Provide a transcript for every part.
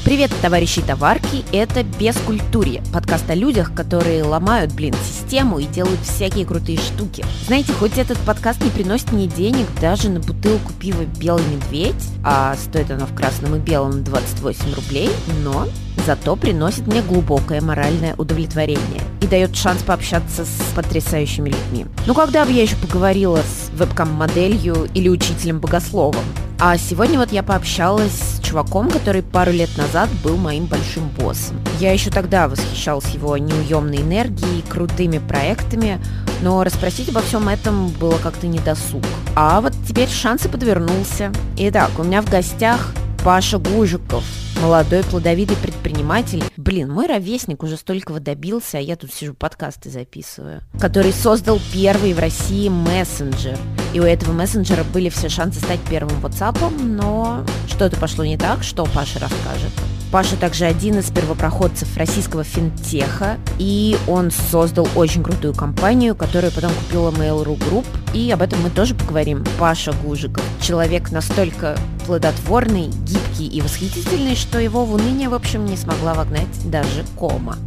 Привет, товарищи товарки, это «Бескультурье», подкаст о людях, которые ломают, систему и делают всякие крутые штуки. Знаете, хоть этот подкаст не приносит мне денег даже на бутылку пива «Белый медведь», а стоит оно в красном и белом 28 рублей, но зато приносит мне глубокое моральное удовлетворение и дает шанс пообщаться с потрясающими людьми. Ну, когда бы я еще поговорила с вебкам-моделью или учителем-богословом? А сегодня вот я пообщалась с чуваком, который пару лет назад был моим большим боссом. Я еще тогда восхищалась его неуемной энергией, крутыми проектами, но расспросить обо всем этом было как-то недосуг. А вот теперь шанс и подвернулся. Итак, у меня в гостях Паша Гужиков, молодой плодовитый предприниматель. Мой ровесник уже столького добился, а я тут сижу подкасты записываю. Который создал первый в России мессенджер. И у этого мессенджера были все шансы стать первым WhatsApp, но что-то пошло не так, что Паша расскажет. Паша также один из первопроходцев российского финтеха, и он создал очень крутую компанию, которую потом купила Mail.ru Group, и об этом мы тоже поговорим. Паша Гужиков – человек настолько плодотворный, гибкий и восхитительный, что его в уныние, в общем, не смогла вогнать даже кома.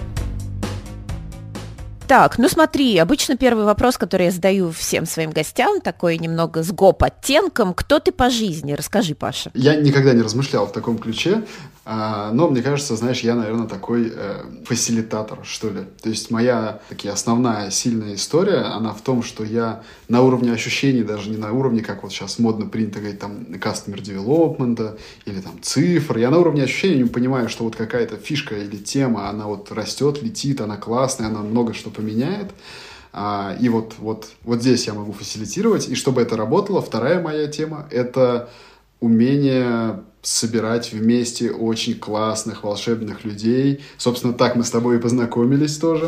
Так, смотри, обычно первый вопрос, который я задаю всем своим гостям, такой немного с гоп-оттенком. Кто ты по жизни? Расскажи, Паша. Я никогда не размышлял в таком ключе, но мне кажется, я, наверное, такой фасилитатор, что ли. То есть моя основная сильная история, она в том, что я на уровне ощущений, даже не на уровне, как вот сейчас модно принято говорить, там, customer development или там цифр, я на уровне ощущений понимаю, что вот какая-то фишка или тема, она вот растет, летит, она классная, она много что поменяет. И вот здесь я могу фасилитировать. И чтобы это работало, вторая моя тема – это умение собирать вместе очень классных, волшебных людей. Собственно, так мы с тобой и познакомились тоже.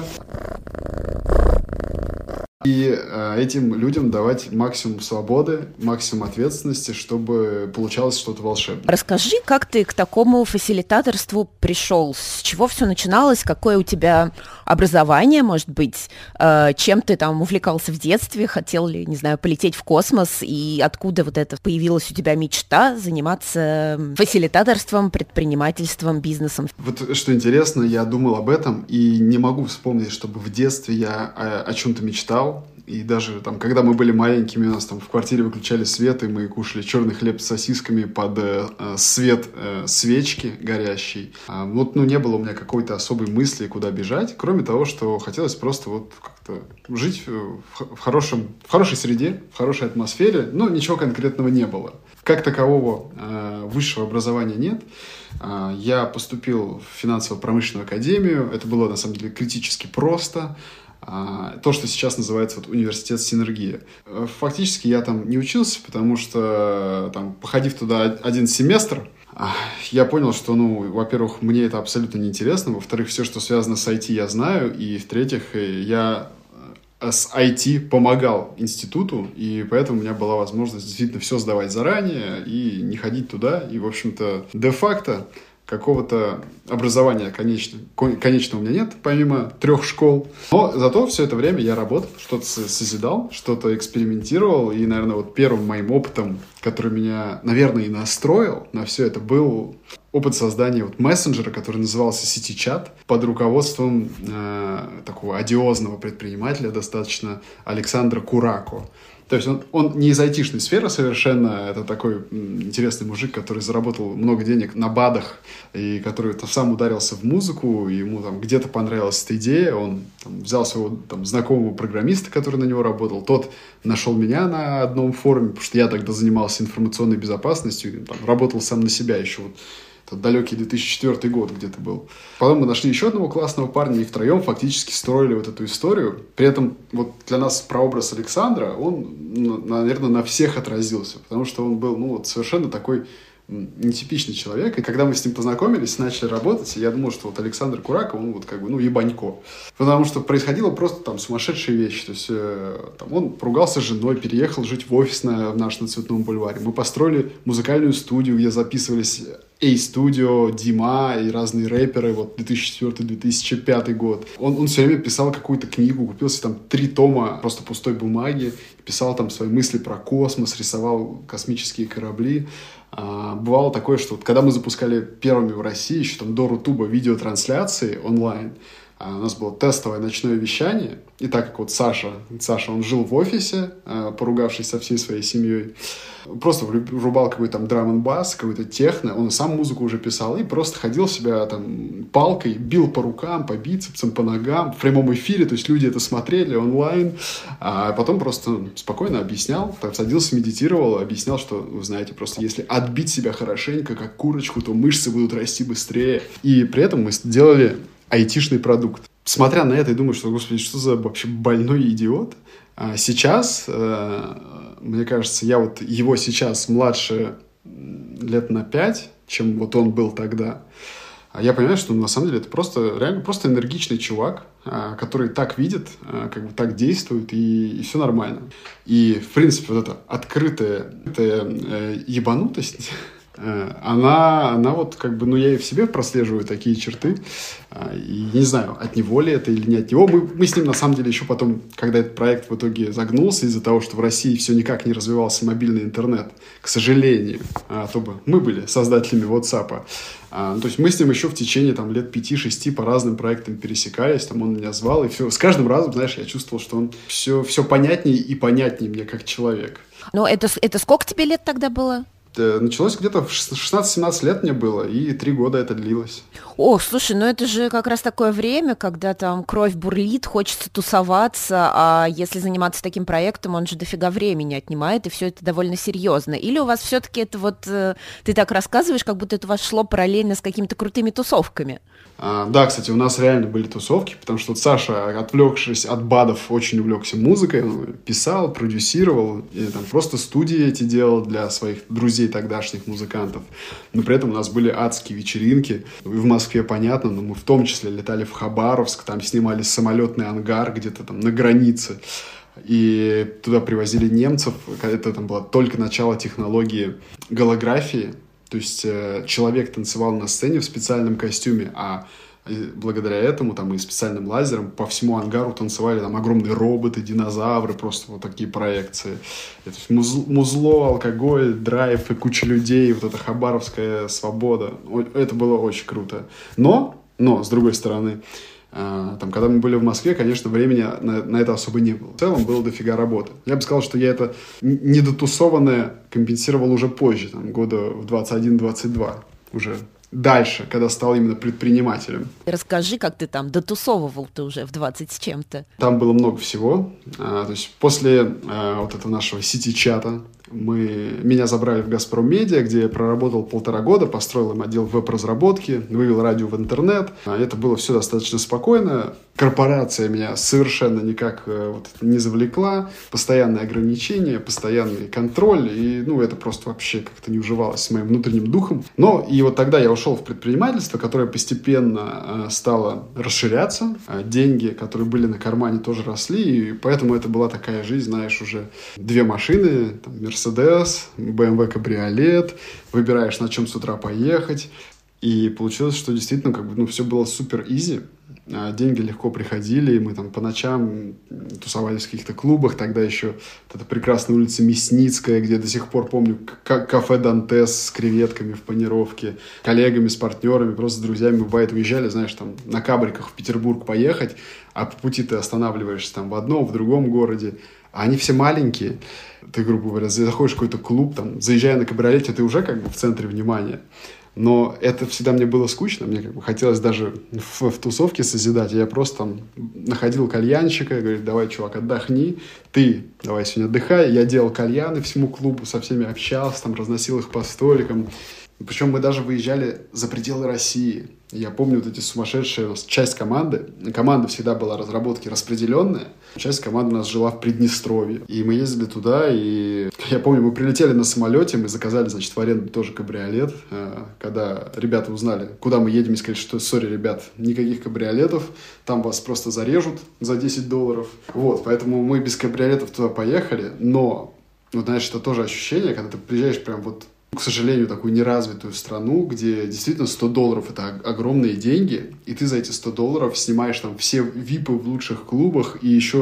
И этим людям давать максимум свободы, максимум ответственности, чтобы получалось что-то волшебное. Расскажи, как ты к такому фасилитаторству пришел? С чего все начиналось? Какое у тебя образование, может быть? Чем ты там увлекался в детстве? Хотел ли, не знаю, полететь в космос? И откуда вот это появилась у тебя мечта заниматься фасилитаторством, предпринимательством, бизнесом? Вот что интересно, я думал об этом и не могу вспомнить, чтобы в детстве я о чем-то мечтал. И даже там, когда мы были маленькими, у нас там в квартире выключали свет, и мы кушали черный хлеб с сосисками под свет свечки горящей. Не было у меня какой-то особой мысли, куда бежать, кроме того, что хотелось просто как-то жить в хорошей среде, в хорошей атмосфере, но ничего конкретного не было. Как такового высшего образования нет. Я поступил в финансово-промышленную академию. Это было, на самом деле, критически просто. То, что сейчас называется университет Синергия. Фактически я там не учился, потому что, походив туда один семестр, я понял, что, во-первых, мне это абсолютно неинтересно, во-вторых, все, что связано с IT, я знаю, и, в-третьих, я с IT помогал институту, и поэтому у меня была возможность действительно все сдавать заранее и не ходить туда, и, в общем-то, де-факто какого-то образования конечно у меня нет, помимо 3 школ. Но зато все это время я работал, что-то созидал, что-то экспериментировал. И, наверное, первым моим опытом, который меня, наверное, и настроил на все это, был опыт создания мессенджера, который назывался CityChat, под руководством такого одиозного предпринимателя достаточно Александра Курако. То есть он не из айтишной сферы совершенно, это такой интересный мужик, который заработал много денег на БАДах, и который сам ударился в музыку, и ему где-то понравилась эта идея, он взял своего знакомого программиста, который на него работал, тот нашел меня на одном форуме, потому что я тогда занимался информационной безопасностью, работал сам на себя еще это далекий 2004 год где-то был. Потом мы нашли еще одного классного парня и втроем фактически строили эту историю. При этом для нас прообраз Александра, он, наверное, на всех отразился, потому что он был совершенно такой нетипичный человек. И когда мы с ним познакомились, начали работать, я думал, что Александр Курако, он ебанько. Потому что происходило просто сумасшедшие вещи. То есть он поругался с женой, переехал жить в офис в наш на Цветном бульваре. Мы построили музыкальную студию, где записывались A-Studio, Дима и разные рэперы, 2004-2005 год. Он все время писал какую-то книгу, купил себе 3 тома просто пустой бумаги, писал свои мысли про космос, рисовал космические корабли. бывало такое, что вот когда мы запускали первыми в России, еще там до Рутуба, видеотрансляции онлайн, у нас было тестовое ночное вещание, и так как вот Саша, он жил в офисе, поругавшись со всей своей семьей, просто врубал какой-то там драм-н-бас, какой-то техно, он сам музыку уже писал, и просто ходил себя там палкой, бил по рукам, по бицепсам, по ногам, в прямом эфире, то есть люди это смотрели онлайн, а потом просто спокойно объяснял, там садился, медитировал, объяснял, что, вы знаете, просто если отбить себя хорошенько, как курочку, то мышцы будут расти быстрее. И при этом мы сделали айтишный продукт. Смотря на это, я думаю, что, господи, что за вообще больной идиот. А сейчас, мне кажется, я вот его сейчас младше лет на 5, чем вот он был тогда. Я понимаю, что на самом деле это просто реально просто энергичный чувак, который так видит, как бы так действует, и все нормально. И, в принципе, вот эта открытая ебанутость, она вот как бы, я и в себе прослеживаю такие черты, и не знаю, от него ли это или не от него. Мы с ним, на самом деле, еще потом, когда этот проект в итоге загнулся из-за того, что в России все никак не развивался мобильный интернет, к сожалению, то бы мы были создателями WhatsApp. То есть мы с ним еще в течение там, лет 5-6 по разным проектам пересекались, там он меня звал, и все. С каждым разом, знаешь, я чувствовал, что он все понятнее и понятнее мне как человек. Но это сколько тебе лет тогда было? Началось где-то в 16-17 лет мне было, и 3 года это длилось. О, слушай, это же как раз такое время, когда там кровь бурлит, хочется тусоваться, а если заниматься таким проектом, он же дофига времени отнимает, и все это довольно серьезно. Или у вас все-таки это вот, ты так рассказываешь, как будто это у вас шло параллельно с какими-то крутыми тусовками? Да, кстати, у нас реально были тусовки, потому что вот Саша, отвлекшись от БАДов, очень увлекся музыкой, он писал, продюсировал, и там просто студии эти делал для своих друзей тогдашних музыкантов. Но при этом у нас были адские вечеринки. В Москве, понятно, но мы в том числе летали в Хабаровск, там снимали самолетный ангар где-то там на границе. И туда привозили немцев. Это там было только начало технологии голографии. То есть человек танцевал на сцене в специальном костюме, а благодаря этому там и специальным лазером по всему ангару танцевали там огромные роботы, динозавры, просто вот такие проекции. То есть музло, алкоголь, драйв и куча людей, вот эта хабаровская свобода. Это было очень круто. Но с другой стороны, там, когда мы были в Москве, конечно, времени на это особо не было. В целом было дофига работы. Я бы сказал, что я это недотусованное компенсировал уже позже, там, года в 21-22 уже. Дальше, когда стал именно предпринимателем. Расскажи, как ты там дотусовывал-то уже в 20 с чем-то. Там было много всего. То есть после вот этого нашего сити-чата меня забрали в «Газпром Медиа», где я проработал 1,5 года, построил им отдел веб-разработки, вывел радио в интернет. Это было все достаточно спокойно. Корпорация меня совершенно никак не завлекла. Постоянные ограничения, постоянный контроль. И это просто вообще как-то не уживалось с моим внутренним духом. Но и вот тогда я ушел в предпринимательство, которое постепенно стало расширяться. Деньги, которые были на кармане, тоже росли. И поэтому это была такая жизнь, знаешь, уже 2 машины, там, Мерседес, BMW кабриолет, выбираешь, на чем с утра поехать. И получилось, что действительно все было супер изи. Деньги легко приходили, и мы там по ночам тусовались в каких-то клубах. Тогда еще вот эта прекрасная улица Мясницкая, где до сих пор помню кафе «Дантес» с креветками в панировке, коллегами, с партнерами, просто с друзьями бывает уезжали, знаешь, там на кабриках в Петербург поехать, а по пути ты останавливаешься там в одном, в другом городе, а они все маленькие. Ты, грубо говоря, заходишь в какой-то клуб, там, заезжая на кабриолете, ты уже в центре внимания. Но это всегда мне было скучно, мне хотелось даже в тусовке созидать. Я просто там находил кальянщика, говорит: давай, чувак, отдохни, ты давай сегодня отдыхай. Я делал кальяны всему клубу, со всеми общался, там, разносил их по столикам. Причем мы даже выезжали за пределы России. Я помню вот эти сумасшедшие, у нас часть команда всегда была разработки распределенная, часть команды у нас жила в Приднестровье. И мы ездили туда, и я помню, мы прилетели на самолете, мы заказали, значит, в аренду тоже кабриолет. Когда ребята узнали, куда мы едем, и сказали, что, сори, ребят, никаких кабриолетов, там вас просто зарежут за $10. Вот, поэтому мы без кабриолетов туда поехали, но, знаешь, это тоже ощущение, когда ты приезжаешь прям вот, к сожалению, такую неразвитую страну, где действительно $100 – это огромные деньги, и ты за эти $100 снимаешь там все випы в лучших клубах и еще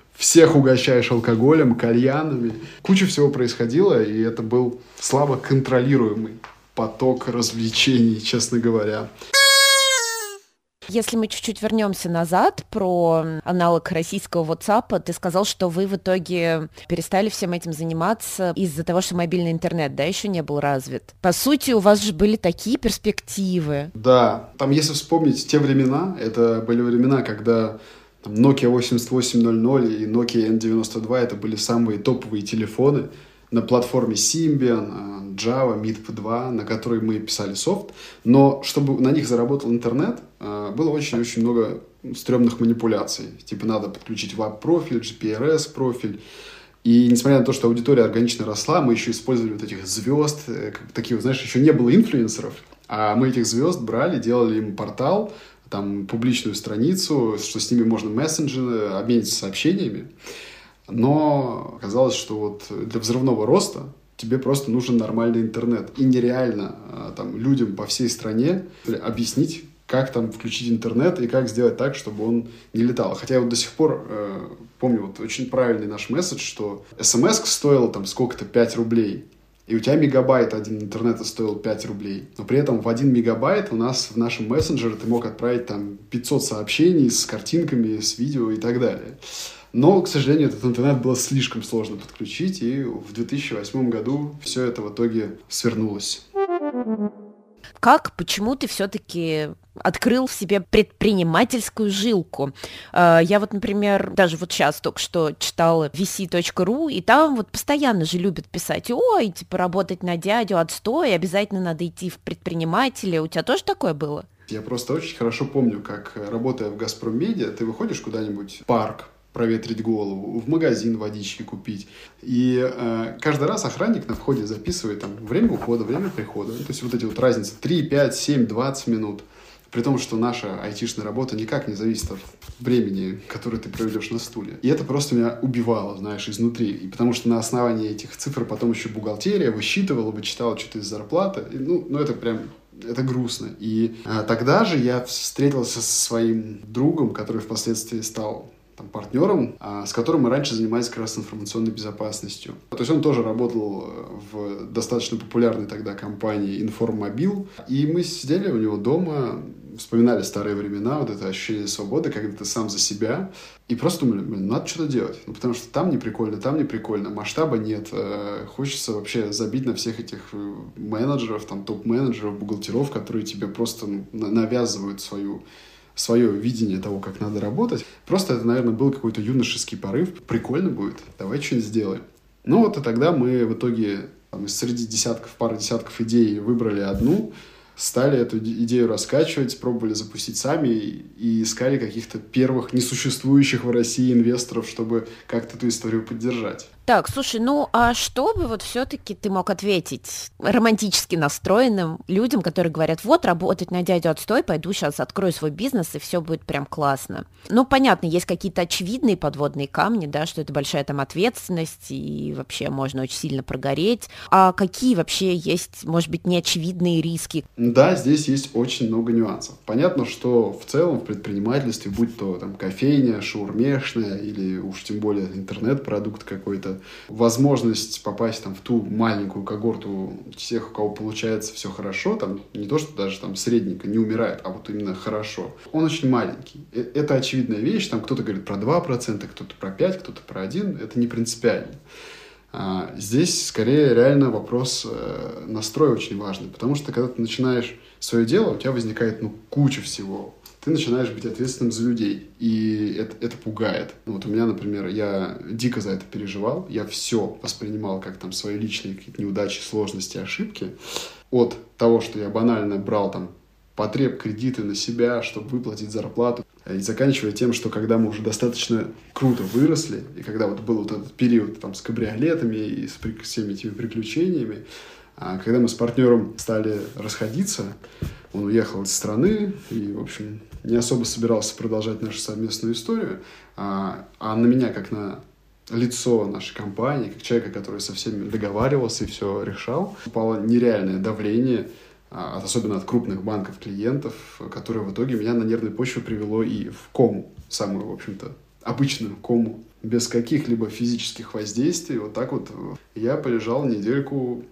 всех угощаешь алкоголем, кальянами. Куча всего происходило, и это был слабо контролируемый поток развлечений, честно говоря. Если мы чуть-чуть вернемся назад про аналог российского WhatsApp, ты сказал, что вы в итоге перестали всем этим заниматься из-за того, что мобильный интернет, да, еще не был развит. По сути, у вас же были такие перспективы. Да, там, если вспомнить те времена, это были времена, когда там, Nokia 8800 и Nokia N92 это были самые топовые телефоны на платформе Symbian, Java, MIDP2, на которой мы писали софт. Но чтобы на них заработал интернет, было очень-очень много стрёмных манипуляций. Типа надо подключить веб-профиль, GPRS-профиль. И несмотря на то, что аудитория органично росла, мы еще использовали вот этих звезд. Таких, знаешь, еще не было инфлюенсеров. А мы этих звезд брали, делали им портал, там публичную страницу, что с ними можно мессенджеры, обмениваться сообщениями. Но оказалось, что вот для взрывного роста тебе просто нужен нормальный интернет. И нереально там, людям по всей стране объяснить, как там включить интернет и как сделать так, чтобы он не летал. Хотя я вот до сих пор помню вот очень правильный наш месседж, что смс стоила там сколько-то 5 рублей. И у тебя мегабайт один интернета стоил 5 рублей. Но при этом в 1 мегабайт у нас в нашем мессенджере ты мог отправить там 500 сообщений с картинками, с видео и так далее. Но, к сожалению, этот интернет было слишком сложно подключить, и в 2008 году все это в итоге свернулось. Почему ты все-таки открыл в себе предпринимательскую жилку? Я вот, например, даже вот сейчас только что читала vc.ru, и там вот постоянно же любят писать: ой, типа, работать на дядю отстой, обязательно надо идти в предприниматели. У тебя тоже такое было? Я просто очень хорошо помню, как, работая в «Газпроммедиа», ты выходишь куда-нибудь в парк, проветрить голову, в магазин водички купить. И каждый раз охранник на входе записывает там время ухода, время прихода. То есть вот эти вот разницы 3, 5, 7, 20 минут. При том, что наша айтишная работа никак не зависит от времени, которое ты проведешь на стуле. И это просто меня убивало, знаешь, изнутри. И потому что на основании этих цифр потом еще бухгалтерия высчитывала, вычитала что-то из зарплаты. И, это прям... Это грустно. И тогда же я встретился со своим другом, который впоследствии стал партнером, с которым мы раньше занимались как раз информационной безопасностью. То есть он тоже работал в достаточно популярной тогда компании «Информмобил». И мы сидели у него дома, вспоминали старые времена, вот это ощущение свободы, когда ты сам за себя. И просто думали, надо что-то делать. Потому что там не прикольно, масштаба нет. Хочется вообще забить на всех этих менеджеров, там, топ-менеджеров, бухгалтеров, которые тебе просто навязывают свое видение того, как надо работать. Просто это, наверное, был какой-то юношеский порыв. Прикольно будет, давай что-нибудь сделаем. И тогда мы в итоге среди пары десятков идей выбрали одну, стали эту идею раскачивать, пробовали запустить сами и искали каких-то первых несуществующих в России инвесторов, чтобы как-то эту историю поддержать. Так, слушай, а что бы вот все-таки ты мог ответить романтически настроенным людям, которые говорят: вот, работать на дядю отстой, пойду сейчас открою свой бизнес, и все будет прям классно. Понятно, есть какие-то очевидные подводные камни, да, что это большая там ответственность, и вообще можно очень сильно прогореть. А какие вообще есть, может быть, неочевидные риски? Да, здесь есть очень много нюансов. Понятно, что в целом в предпринимательстве, будь то там кофейня, шаурмешная или уж тем более интернет-продукт какой-то, возможность попасть там в ту маленькую когорту тех, у кого получается все хорошо, там не то, что даже там средненько не умирает, а вот именно хорошо, он очень маленький. Это очевидная вещь, там кто-то говорит про 2%, кто-то про 5%, кто-то про 1%, это не принципиально. Здесь скорее реально вопрос настроя очень важный, потому что когда ты начинаешь свое дело, у тебя возникает куча всего. Ты начинаешь быть ответственным за людей, и это пугает. У меня, например, я дико за это переживал, я все воспринимал как там свои личные какие-то неудачи, сложности, ошибки. От того, что я банально брал там кредиты на себя, чтобы выплатить зарплату, и заканчивая тем, что когда мы уже достаточно круто выросли, и когда вот был вот этот период там с кабриолетами и с всеми этими приключениями, когда мы с партнером стали расходиться, он уехал из страны и, в общем, не особо собирался продолжать нашу совместную историю, а на меня, как на лицо нашей компании, как человека, который со всеми договаривался и все решал, упало нереальное давление, особенно от крупных банков клиентов, которое в итоге меня на нервной почве привело и в кому, самую, в общем-то, обычную кому. без каких-либо физических воздействий. Вот так вот я полежал недельку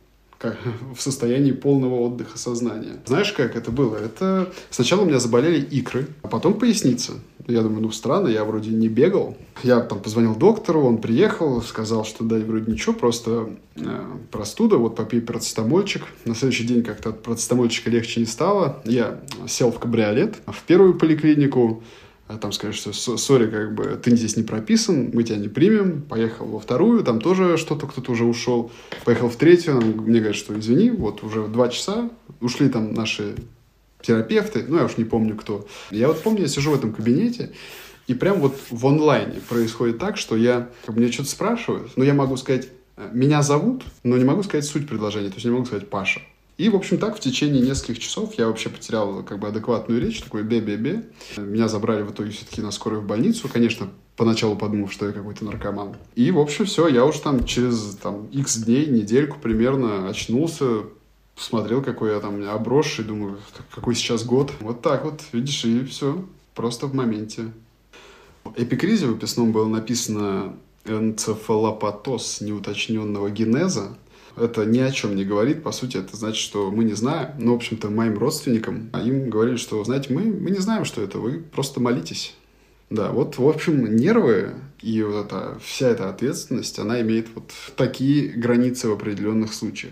в состоянии полного отдыха сознания. Знаешь, как это было? Это сначала у меня заболели икры, а потом поясница. Я думаю, странно, я вроде не бегал. Я там позвонил доктору, он приехал, сказал, что да, вроде ничего, просто простуда, вот попей парацетамольчик. На следующий день как-то от парацетамольчика легче не стало. Я сел в кабриолет в первую поликлинику. Там сказали, что сори, ты здесь не прописан, мы тебя не примем. Поехал во вторую, там тоже кто-то уже ушел. Поехал в третью, мне говорят, что извини, вот уже 2 часа ушли там наши терапевты, я уж не помню кто. Я вот помню, я сижу в этом кабинете, и прям вот в онлайне происходит так, что мне что-то спрашивают, но я могу сказать, меня зовут, но не могу сказать суть предложения, то есть не могу сказать Паша. И, в общем, так в течение нескольких часов я вообще потерял адекватную речь, такой бе-бе-бе. Меня забрали в итоге все-таки на скорую в больницу, конечно, поначалу подумав, что я какой-то наркоман. И, в общем, все, я уж там через X дней, недельку примерно очнулся, посмотрел, какой я там обросший, думаю, какой сейчас год. Вот так вот, видишь, и все, просто в моменте. В эпикризе выписном было написано энцефалопатоз неуточненного генеза. Это ни о чем не говорит, по сути, это значит, что мы не знаем. Но, в общем-то, моим родственникам, им говорили, что, знаете, мы не знаем, что это, вы просто молитесь. Да, вот, в общем, нервы и вот вся эта ответственность, она имеет вот такие границы в определенных случаях.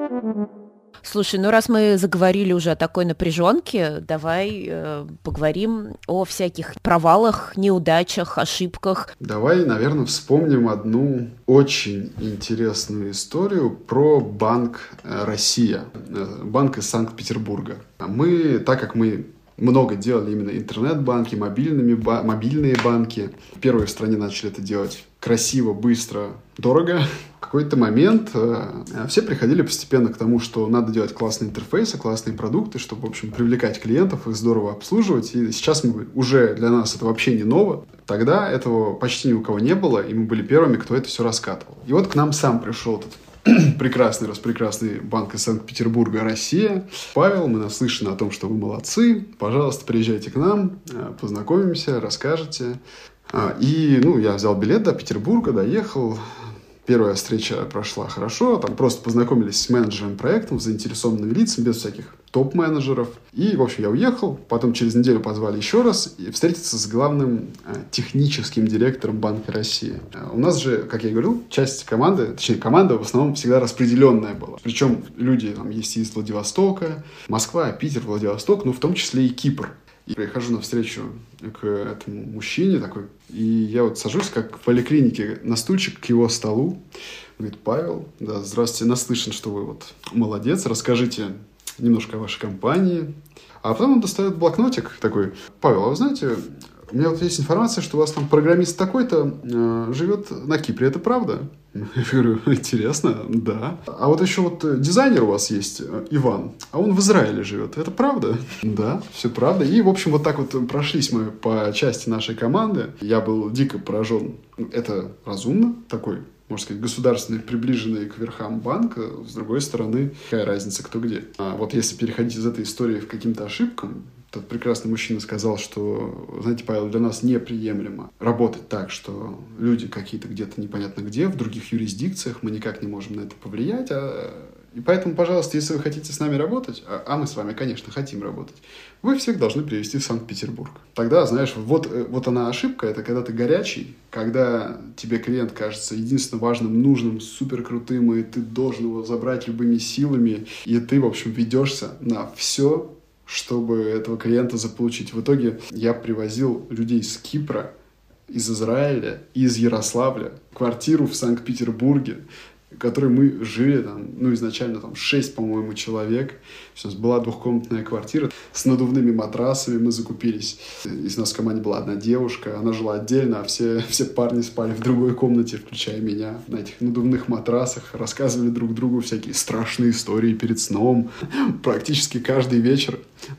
Слушай, раз мы заговорили уже о такой напряженке, давай поговорим о всяких провалах, неудачах, ошибках. Давай, наверное, вспомним одну очень интересную историю про банк «Россия», банк из Санкт-Петербурга. Так как мы много делали именно интернет-банки, мобильные банки. Первые в стране начали это делать красиво, быстро, дорого. В какой-то момент все приходили постепенно к тому, что надо делать классные интерфейсы, классные продукты, чтобы, в общем, привлекать клиентов, их здорово обслуживать. И сейчас уже для нас это вообще не ново. Тогда этого почти ни у кого не было, и мы были первыми, кто это все раскатывал. И вот к нам сам пришел этот прекрасный банк из Санкт-Петербурга «Россия». Павел, мы наслышаны о том, что вы молодцы. Пожалуйста, приезжайте к нам, познакомимся, расскажете. И, я взял билет до Петербурга, доехал. Первая встреча прошла хорошо. Там просто познакомились с менеджером проекта, с заинтересованными лицами, без всяких топ-менеджеров. И, в общем, я уехал. Потом через неделю позвали еще раз и встретиться с главным техническим директором Банка России. У нас же, как я и говорил, часть команды, точнее, команда в основном всегда распределенная была. Причем люди там есть из Владивостока, Москва, Питер, Владивосток, в том числе и Кипр. И прихожу навстречу к этому мужчине такой, и я вот сажусь, как в поликлинике, на стульчик к его столу. Он говорит: Павел, да, здравствуйте, наслышан, что вы вот молодец, расскажите немножко о вашей компании. А потом он достает блокнотик такой: Павел, а вы знаете, у меня вот есть информация, что у вас там программист такой-то живет на Кипре, это правда? Я говорю: интересно, да. А вот еще вот дизайнер у вас есть, Иван, а он в Израиле живет, это правда? Да, все правда. И, в общем, вот так вот прошлись мы по части нашей команды. Я был дико поражен. Это разумно, такой, можно сказать, государственный, приближенный к верхам банк. С другой стороны, какая разница, кто где. А вот если переходить из этой истории к каким-то ошибкам, тот прекрасный мужчина сказал, что, знаете, Павел, для нас неприемлемо работать так, что люди какие-то где-то непонятно где, в других юрисдикциях, мы никак не можем на это повлиять. И поэтому, пожалуйста, если вы хотите с нами работать, а мы с вами, конечно, хотим работать, вы всех должны привезти в Санкт-Петербург. Тогда, знаешь, вот она ошибка, это когда ты горячий, когда тебе клиент кажется единственно важным, нужным, суперкрутым, и ты должен его забрать любыми силами, и ты, в общем, ведешься на все, чтобы этого клиента заполучить. В итоге я привозил людей из Кипра, из Израиля, из Ярославля в квартиру в Санкт-Петербурге, в которой мы жили, изначально 6, по-моему, человек. У нас была двухкомнатная квартира с надувными матрасами, мы закупились. Из нас в команде была одна девушка, она жила отдельно, а все парни спали в другой комнате, включая меня, на этих надувных матрасах, рассказывали друг другу всякие страшные истории перед сном. Практически каждый вечер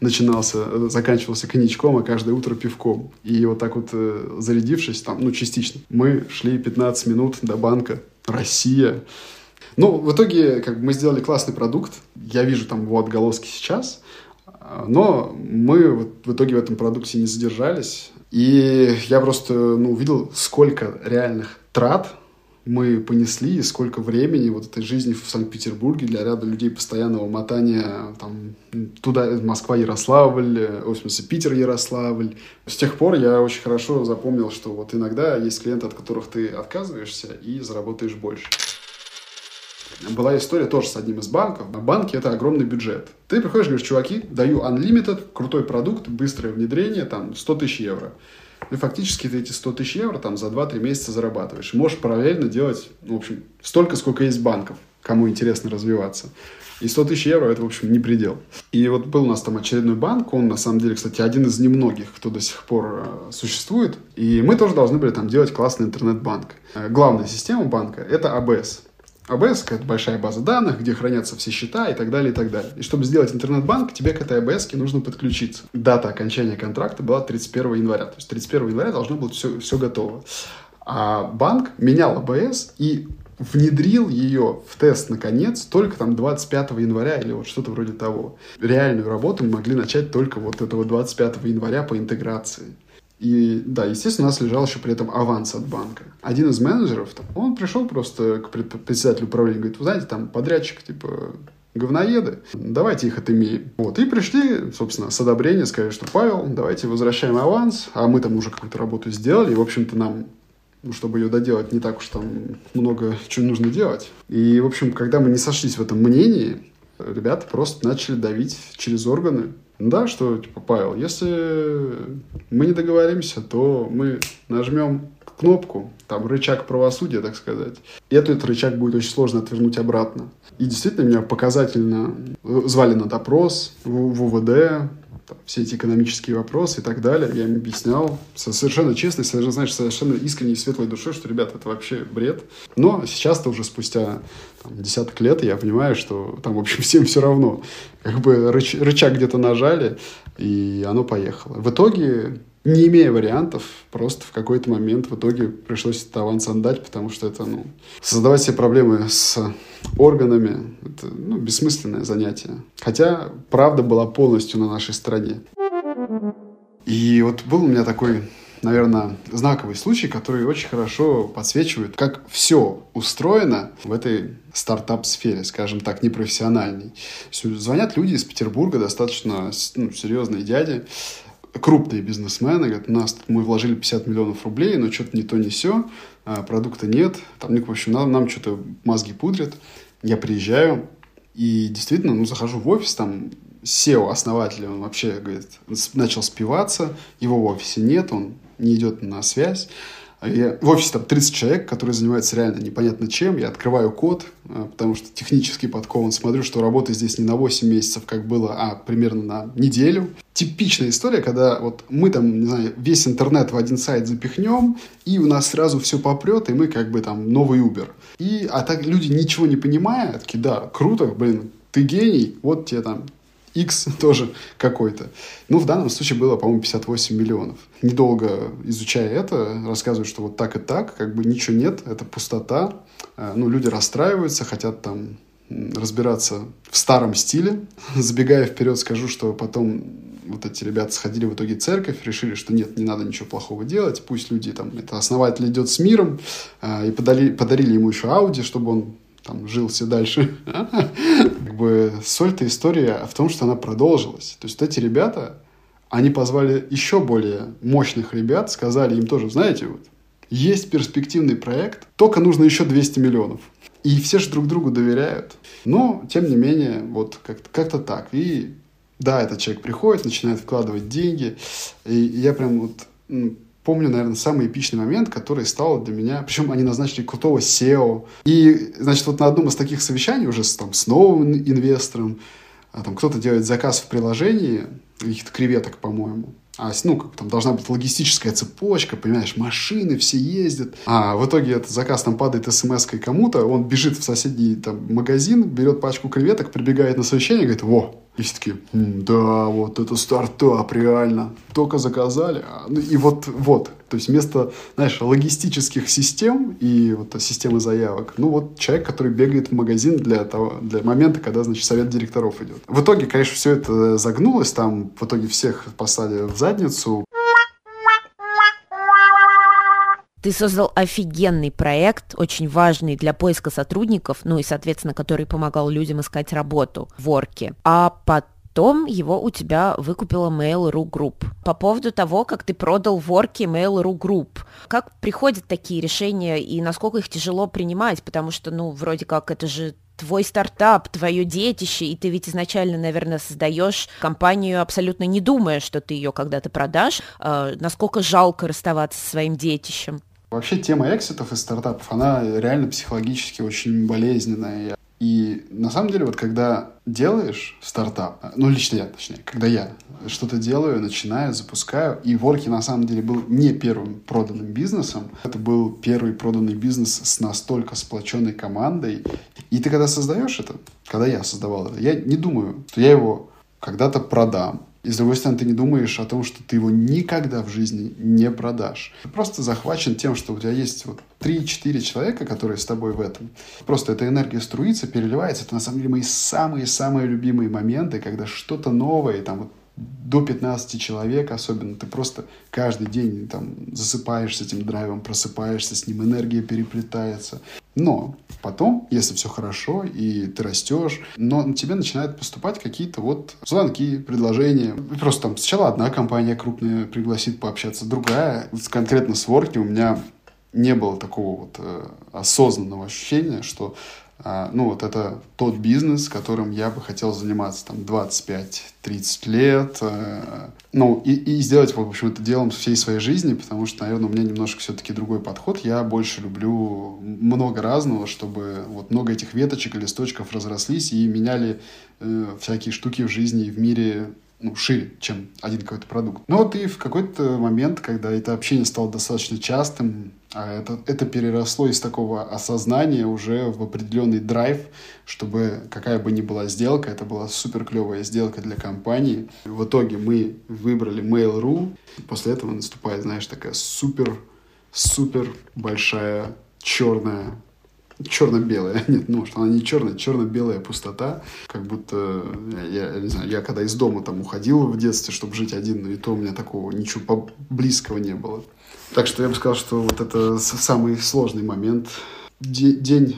заканчивался коньячком, а каждое утро пивком. И вот так вот, зарядившись, частично, мы шли 15 минут до банка «Россия». В итоге мы сделали классный продукт. Я вижу там его отголоски сейчас. Но мы вот в итоге в этом продукте не задержались. И я просто увидел, сколько реальных трат мы понесли, и сколько времени вот этой жизни в Санкт-Петербурге для ряда людей постоянного мотания там, туда, Москва-Ярославль, в смысле Питер-Ярославль. С тех пор я очень хорошо запомнил, что вот иногда есть клиенты, от которых ты отказываешься и заработаешь больше. Была история тоже с одним из банков. Банки — это огромный бюджет. Ты приходишь и говоришь: чуваки, даю unlimited, крутой продукт, быстрое внедрение, там 100 тысяч евро. И фактически ты эти 100 тысяч евро там за 2-3 месяца зарабатываешь. Можешь параллельно делать, в общем, столько, сколько есть банков, кому интересно развиваться. И 100 тысяч евро — это, в общем, не предел. И вот был у нас там очередной банк, он, на самом деле, кстати, один из немногих, кто до сих пор существует. И мы тоже должны были там делать классный интернет-банк. Главная система банка — это АБС. АБС — это большая база данных, где хранятся все счета и так далее, и так далее. И чтобы сделать интернет-банк, тебе к этой АБС нужно подключиться. Дата окончания контракта была 31 января. То есть 31 января должно быть все готово. А банк менял АБС и внедрил ее в тест, наконец, только там 25 января или вот что-то вроде того. Реальную работу мы могли начать только вот этого 25 января по интеграции. И да, естественно, у нас лежал еще при этом аванс от банка. Один из менеджеров, он пришел просто к председателю управления, говорит: вы знаете, там подрядчик, типа, говноеды, давайте их отымеем. Вот, и пришли, собственно, с одобрения, сказали, что: Павел, давайте возвращаем аванс, а мы там уже какую-то работу сделали, и, в общем-то, нам, чтобы ее доделать, не так уж там много чего нужно делать. И, в общем, когда мы не сошлись в этом мнении, ребята просто начали давить через органы. Да, что, типа: Павел, если мы не договоримся, то мы нажмем кнопку, там, рычаг правосудия, так сказать. И этот рычаг будет очень сложно отвернуть обратно. И действительно, меня показательно звали на допрос в УВД, там, все эти экономические вопросы и так далее. Я им объяснял совершенно честно, совершенно искренней и светлой душой, что, ребята, это вообще бред. Но сейчас-то уже спустя десяток лет я понимаю, что там, в общем, всем все равно. Как бы рычаг где-то нажали, и оно поехало. В итоге, не имея вариантов, просто в какой-то момент в итоге пришлось этот аванс отдать, потому что это, создавать себе проблемы с органами, это, бессмысленное занятие. Хотя правда была полностью на нашей стороне. И вот был у меня такой, наверное, знаковый случай, который очень хорошо подсвечивает, как все устроено в этой стартап-сфере, скажем так, непрофессиональной. Звонят люди из Петербурга, достаточно серьезные дяди, крупные бизнесмены, говорят: мы вложили 50 миллионов рублей, но что-то не то, не сё, продукта нет, там, в общем, нам что-то мозги пудрят. Я приезжаю и действительно, захожу в офис, там SEO-основатель, он вообще, говорит, начал спиваться, его в офисе нет, он не идет на связь. В офисе там 30 человек, которые занимаются реально непонятно чем. Я открываю код, потому что технически подкован. Смотрю, что работа здесь не на 8 месяцев, как было, а примерно на неделю. Типичная история, когда вот мы там, не знаю, весь интернет в один сайт запихнем, и у нас сразу все попрет, и мы как бы там новый Uber. А так люди, ничего не понимая, такие: да, круто, ты гений, вот тебе там X тоже какой-то. В данном случае было, по-моему, 58 миллионов. Недолго изучая это, рассказывают, что вот так и так, как бы ничего нет, это пустота. Люди расстраиваются, хотят там разбираться в старом стиле. Забегая вперед, скажу, что потом вот эти ребята сходили в итоге в церковь, решили, что нет, не надо ничего плохого делать, пусть люди там, это основатель идет с миром, и подарили ему еще Audi, чтобы он там жил все дальше. Как бы соль-то история в том, что она продолжилась. То есть вот эти ребята, они позвали еще более мощных ребят, сказали им тоже: знаете, вот есть перспективный проект, только нужно еще 200 миллионов. И все же друг другу доверяют. Но, тем не менее, вот как-то так. И да, этот человек приходит, начинает вкладывать деньги. И я прям вот помню, наверное, самый эпичный момент, который стал для меня... Причем они назначили крутого SEO. И, значит, вот на одном из таких совещаний уже с новым инвестором, там кто-то делает заказ в приложении, каких-то креветок, по-моему. Там должна быть логистическая цепочка, понимаешь, машины все ездят. А в итоге этот заказ там падает смс-кой кому-то, он бежит в соседний там магазин, берет пачку креветок, прибегает на совещание и говорит: во, И все таки да, вот это стартап, реально. Только заказали. И вот. То есть вместо, знаешь, логистических систем и вот системы заявок, вот человек, который бегает в магазин для момента, когда, значит, совет директоров идет. В итоге, конечно, все это загнулось, там в итоге всех послали в задницу. Ты создал офигенный проект, очень важный для поиска сотрудников, и, соответственно, который помогал людям искать работу в Worky. А потом его у тебя выкупила Mail.ru Group. По поводу того, как ты продал в Worky Mail.ru Group, как приходят такие решения и насколько их тяжело принимать? Потому что, вроде как, это же твой стартап, твое детище, и ты ведь изначально, наверное, создаешь компанию, абсолютно не думая, что ты ее когда-то продашь. Насколько жалко расставаться со своим детищем? Вообще тема экситов из стартапов, она реально психологически очень болезненная. И на самом деле, вот когда делаешь стартап, лично я, точнее, когда я что-то делаю, начинаю, запускаю, и Worky на самом деле был не первым проданным бизнесом, это был первый проданный бизнес с настолько сплоченной командой. И ты когда создаешь это, когда я создавал это, я не думаю, что я его когда-то продам. И, с другой стороны, ты не думаешь о том, что ты его никогда в жизни не продашь. Ты просто захвачен тем, что у тебя есть 3-4 человека, которые с тобой в этом. Просто эта энергия струится, переливается. Это, на самом деле, мои самые-самые любимые моменты, когда что-то новое, до 15 человек особенно, ты просто каждый день засыпаешь с этим драйвом, просыпаешься с ним, энергия переплетается. Но потом, если все хорошо и ты растешь, но на тебе начинают поступать какие-то звонки, предложения. Просто сначала одна компания крупная пригласит пообщаться, другая. Конкретно с Worky у меня не было такого осознанного ощущения, что это тот бизнес, которым я бы хотел заниматься 25-30 лет. И сделать, в общем, это делом всей своей жизни, потому что, наверное, у меня немножко все-таки другой подход. Я больше люблю много разного, чтобы много этих веточек и листочков разрослись и меняли всякие штуки в жизни и в мире шире, чем один какой-то продукт. И в какой-то момент, когда это общение стало достаточно частым, а это переросло из такого осознания уже в определенный драйв, чтобы какая бы ни была сделка, это была супер клевая сделка для компании. В итоге мы выбрали Mail.ru. После этого наступает, такая супер большая черно-белая. Нет, может, она не черная, черно-белая пустота. Как будто, я не знаю, я когда из дома уходил в детстве, чтобы жить один, и то у меня такого ничего близкого не было. Так что я бы сказал, что это самый сложный момент. День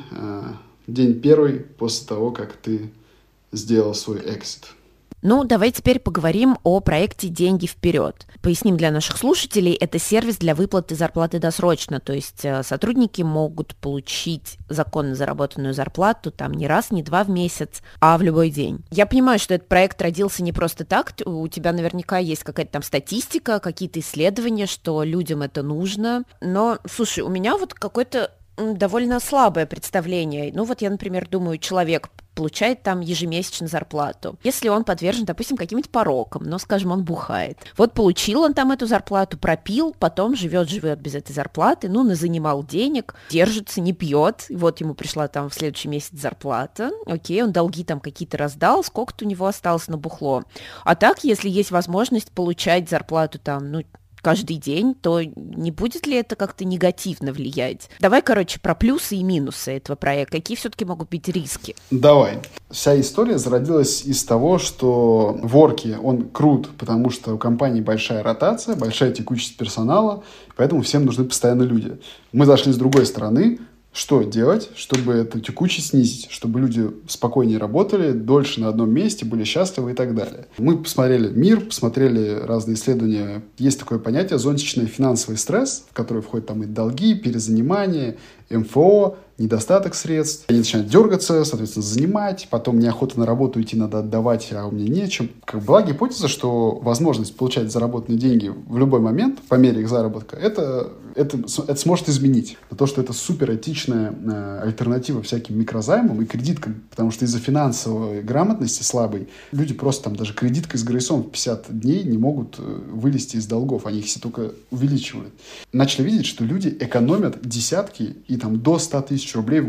первый после того, как ты сделал свой эксит. Давай теперь поговорим о проекте «Деньги вперед». Поясним для наших слушателей, это сервис для выплаты зарплаты досрочно, то есть сотрудники могут получить законно заработанную зарплату не раз, не два в месяц, а в любой день. Я понимаю, что этот проект родился не просто так, у тебя наверняка есть какая-то статистика, какие-то исследования, что людям это нужно, но, слушай, у меня какое-то довольно слабое представление. Я, например, думаю, человек получает ежемесячно зарплату. Если он подвержен, допустим, каким-нибудь порокам, скажем, он бухает. Получил он эту зарплату, пропил, потом живет без этой зарплаты, назанимал денег, держится, не пьет. Ему пришла в следующий месяц зарплата. Окей, он долги какие-то раздал, сколько-то у него осталось на бухло. А так, если есть возможность получать зарплату каждый день, то не будет ли это как-то негативно влиять? Давай, про плюсы и минусы этого проекта. Какие все-таки могут быть риски? Давай. Вся история зародилась из того, что Worky, он крут, потому что у компании большая ротация, большая текучесть персонала, поэтому всем нужны постоянно люди. Мы зашли с другой стороны. Что делать, чтобы эту текучесть снизить, чтобы люди спокойнее работали, дольше на одном месте, были счастливы и так далее. Мы посмотрели мир, посмотрели разные исследования. Есть такое понятие зонтичный финансовый стресс, в который входят и долги, перезанимание, МФО, недостаток средств. Они начинают дергаться, соответственно, занимать, потом неохота на работу идти, надо отдавать, а у меня нечем. Была гипотеза, что возможность получать заработанные деньги в любой момент, по мере их заработка, это сможет изменить. То, что это суперэтичная альтернатива всяким микрозаймам и кредиткам, потому что из-за финансовой грамотности слабой люди просто даже кредиткой с грейсом в 50 дней не могут вылезти из долгов, они их все только увеличивают. Начали видеть, что люди экономят десятки и до 100 тысяч рублей в год.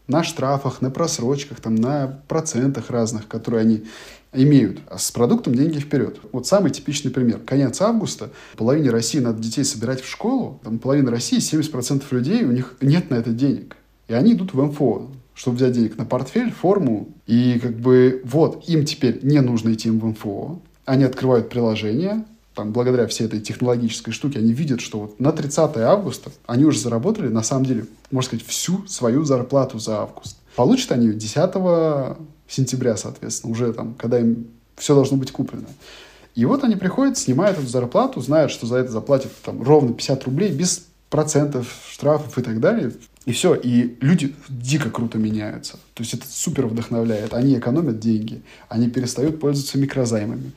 на штрафах, на просрочках, там, на процентах разных, которые они имеют. А с продуктом деньги вперед. Вот самый типичный пример. Конец августа. Половине России надо детей собирать в школу. Там половина России, 70% людей, у них нет на это денег. И они идут в МФО, чтобы взять денег на портфель, форму. И вот, им теперь не нужно идти в МФО. Они открывают приложение. Там, благодаря всей этой технологической штуке, они видят, что вот на 30 августа они уже заработали, на самом деле, можно сказать, всю свою зарплату за август. Получат они ее 10 сентября, соответственно, уже там, когда им все должно быть куплено. И вот они приходят, снимают эту зарплату, знают, что за это заплатят там ровно 50 рублей, без процентов, штрафов и так далее. И все. И люди дико круто меняются. То есть это супер вдохновляет. Они экономят деньги, они перестают пользоваться микрозаймами,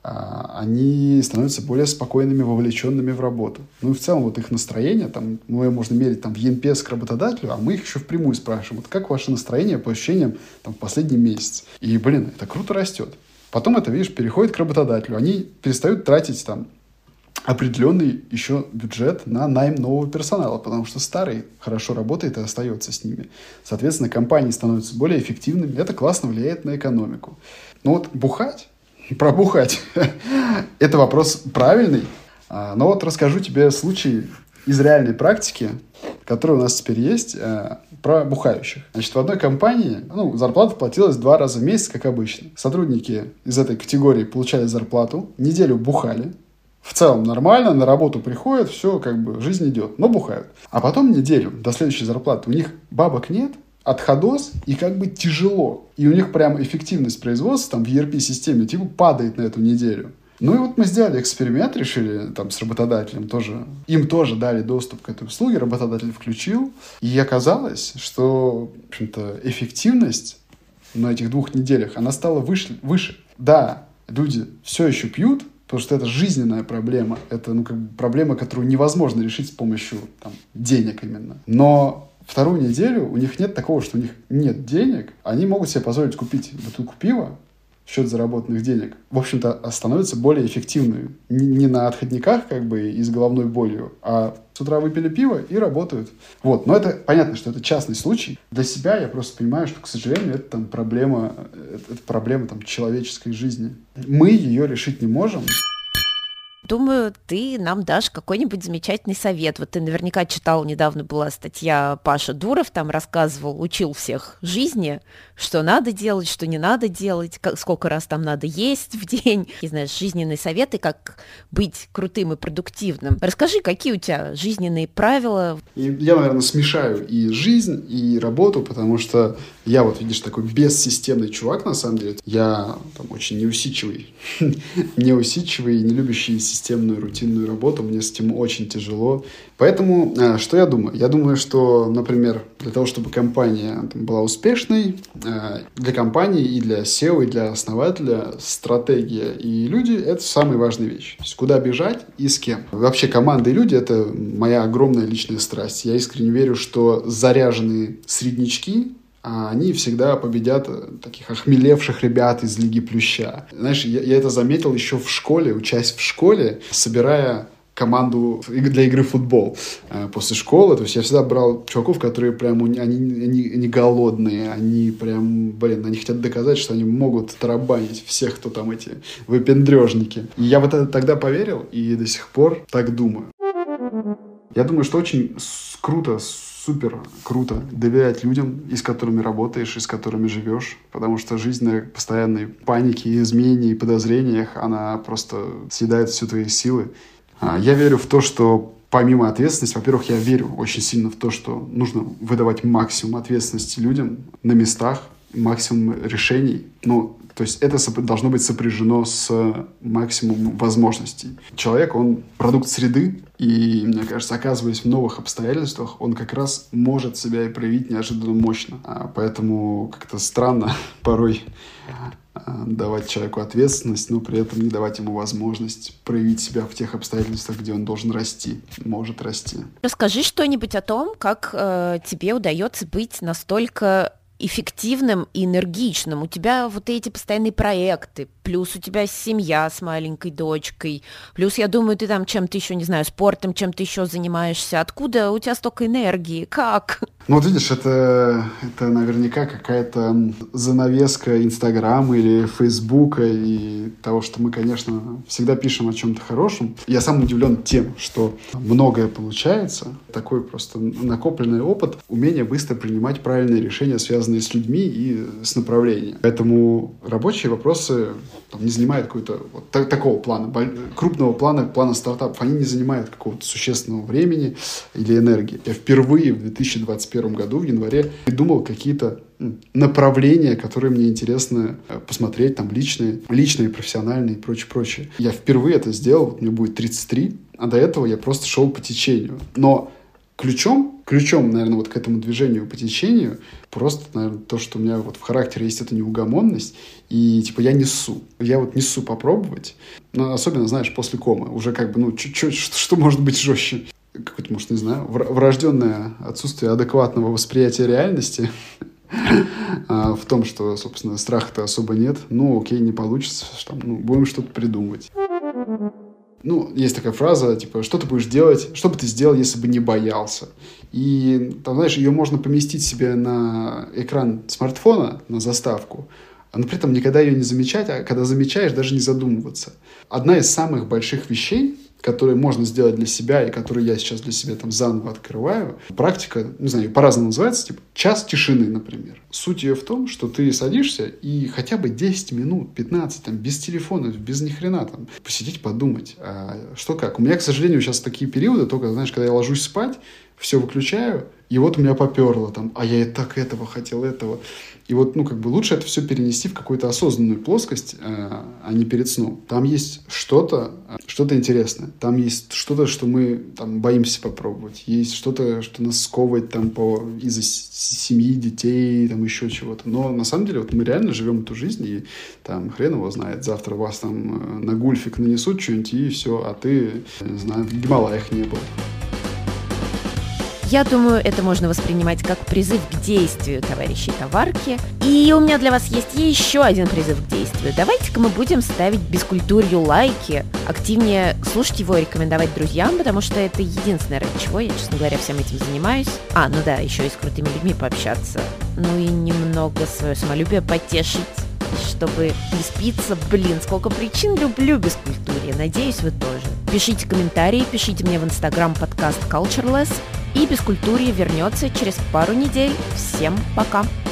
они становятся более спокойными, вовлеченными в работу. Ну и в целом вот их настроение, там, ну, можно мерить там, в ЕНПС к работодателю, а мы их еще впрямую спрашиваем, вот как ваше настроение по ощущениям там, в последний месяц? И, это круто растет. Потом это, видишь, переходит к работодателю. Они перестают тратить там определенный еще бюджет на найм нового персонала, потому что старый хорошо работает и остается с ними. Соответственно, компании становятся более эффективными. Это классно влияет на экономику. Но вот пробухать, это вопрос правильный. Но вот расскажу тебе случай из реальной практики, который у нас теперь есть, про бухающих. Значит, в одной компании зарплата платилась 2 раза в месяц, как обычно. Сотрудники из этой категории получали зарплату, неделю бухали. В целом нормально, на работу приходят, все, жизнь идет, но бухают. А потом неделю до следующей зарплаты у них бабок нет, отходос, и тяжело. И у них прям эффективность производства там в ERP-системе падает на эту неделю. Ну и вот мы сделали эксперимент, решили там с работодателем тоже. Им тоже дали доступ к этой услуге, работодатель включил. И оказалось, что, в общем-то, эффективность на этих 2 неделях, она стала выше. Да, люди все еще пьют, потому что это жизненная проблема. Это проблема, которую невозможно решить с помощью денег именно. Но 2 неделю у них нет такого, что у них нет денег. Они могут себе позволить купить бутылку пива в счет заработанных денег. В общем-то, становятся более эффективными. Не на отходниках и с головной болью, а с утра выпили пиво и работают. Вот. Но это понятно, что это частный случай. Для себя я просто понимаю, что, к сожалению, это проблема человеческой жизни. Мы ее решить не можем. Думаю, ты нам дашь какой-нибудь замечательный совет. Вот ты наверняка читал, недавно была статья Паша Дуров, там рассказывал, учил всех жизни, что надо делать, что не надо делать, сколько раз там надо есть в день. И, знаешь, жизненные советы, как быть крутым и продуктивным. Расскажи, какие у тебя жизненные правила? Я, наверное, смешаю и жизнь, и работу, потому что я видишь, такой бессистемный чувак, на самом деле. Я очень неусидчивый, не любящий системную, рутинную работу. Мне с этим очень тяжело. Поэтому, что я думаю? Я думаю, что, например, для того, чтобы компания была успешной, для компании и для SEO, и для основателя стратегия и люди – это самые важные вещи. То есть, куда бежать и с кем. Вообще, команда и люди – это моя огромная личная страсть. Я искренне верю, что заряженные среднячки, они всегда победят таких охмелевших ребят из Лиги Плюща. Знаешь, я это заметил еще в школе, учась в школе, собирая команду для игры в футбол после школы. То есть я всегда брал чуваков, которые прям, они голодные, они прям, они хотят доказать, что они могут тарабанить всех, кто там эти выпендрежники. И я тогда поверил и до сих пор так думаю. Я думаю, что очень круто, супер круто доверять людям, и с которыми работаешь, и с которыми живешь, потому что жизнь на постоянной панике, измене и подозрениях, она просто съедает всю твои силы. Я верю в то, что помимо ответственности, во-первых, я верю очень сильно в то, что нужно выдавать максимум ответственности людям на местах, максимум решений. То есть это должно быть сопряжено с максимумом возможностей. Человек, он продукт среды, и, мне кажется, оказываясь в новых обстоятельствах, он как раз может себя и проявить неожиданно мощно. Поэтому как-то странно порой давать человеку ответственность, но при этом не давать ему возможность проявить себя в тех обстоятельствах, где он должен расти, может расти. Расскажи что-нибудь о том, как тебе удается быть настолько эффективным и энергичным. У тебя вот эти постоянные проекты, плюс у тебя семья с маленькой дочкой, плюс, я думаю, ты там чем-то еще, не знаю, спортом, чем-то еще занимаешься. Откуда у тебя столько энергии? Как? Ну, вот видишь, это наверняка какая-то занавеска Инстаграма или Фейсбука и того, что мы, конечно, всегда пишем о чем-то хорошем. Я сам удивлен тем, что многое получается. Такой просто накопленный опыт, умение быстро принимать правильные решения, связанные с людьми и с направлением. Поэтому рабочие вопросы не занимают какого-то вот такого плана, крупного плана стартапов. Они не занимают какого-то существенного времени или энергии. Я впервые в 2021 году, в январе, придумал какие-то направления, которые мне интересно посмотреть, там, личные, профессиональные и прочее. Я впервые это сделал, вот мне будет 33, а до этого я просто шел по течению. Но ключом, наверное, вот к этому движению по течению, просто, наверное, то, что у меня вот в характере есть эта неугомонность, и, я несу. Я вот несу попробовать, но особенно, знаешь, после комы, уже что может быть жестче? Какое-то, может, не знаю, врожденное отсутствие адекватного восприятия реальности в том, что, собственно, страха-то особо нет. Ну, окей, не получится, будем что-то придумывать. Есть такая фраза, что ты будешь делать, что бы ты сделал, если бы не боялся? И, там, знаешь, ее можно поместить себе на экран смартфона, на заставку, но при этом никогда ее не замечать, а когда замечаешь, даже не задумываться. Одна из самых больших вещей, которые можно сделать для себя и которые я сейчас для себя заново открываю, практика, не знаю, по-разному называется, час тишины, например. Суть ее в том, что ты садишься и хотя бы 10 минут, 15, без телефона, без ни хрена, посидеть, подумать, что как. У меня, к сожалению, сейчас такие периоды, только, знаешь, когда я ложусь спать, все выключаю, и вот у меня поперло, а я и так этого хотел, этого. И вот, лучше это все перенести в какую-то осознанную плоскость, а не перед сном. Там есть что-то интересное. Там есть что-то, что мы боимся попробовать. Есть что-то, что нас сковывает из-за семьи, детей, еще чего-то. Но на самом деле мы реально живем эту жизнь, и хрен его знает. Завтра вас на гульфик нанесут что-нибудь, и все, а ты, не знаю, в Гималаях не был. Я думаю, это можно воспринимать как призыв к действию, товарищи товарки. И у меня для вас есть еще один призыв к действию. Давайте-ка мы будем ставить бескультурью лайки, активнее слушать его и рекомендовать друзьям, потому что это единственное, ради чего я, честно говоря, всем этим занимаюсь. Еще и с крутыми людьми пообщаться. И немного свое самолюбие потешить, чтобы не спиться. Сколько причин люблю бескультурье. Надеюсь, вы тоже. Пишите комментарии, пишите мне в Инстаграм подкаст Cultureless. И бескультурье вернется через пару недель. Всем пока!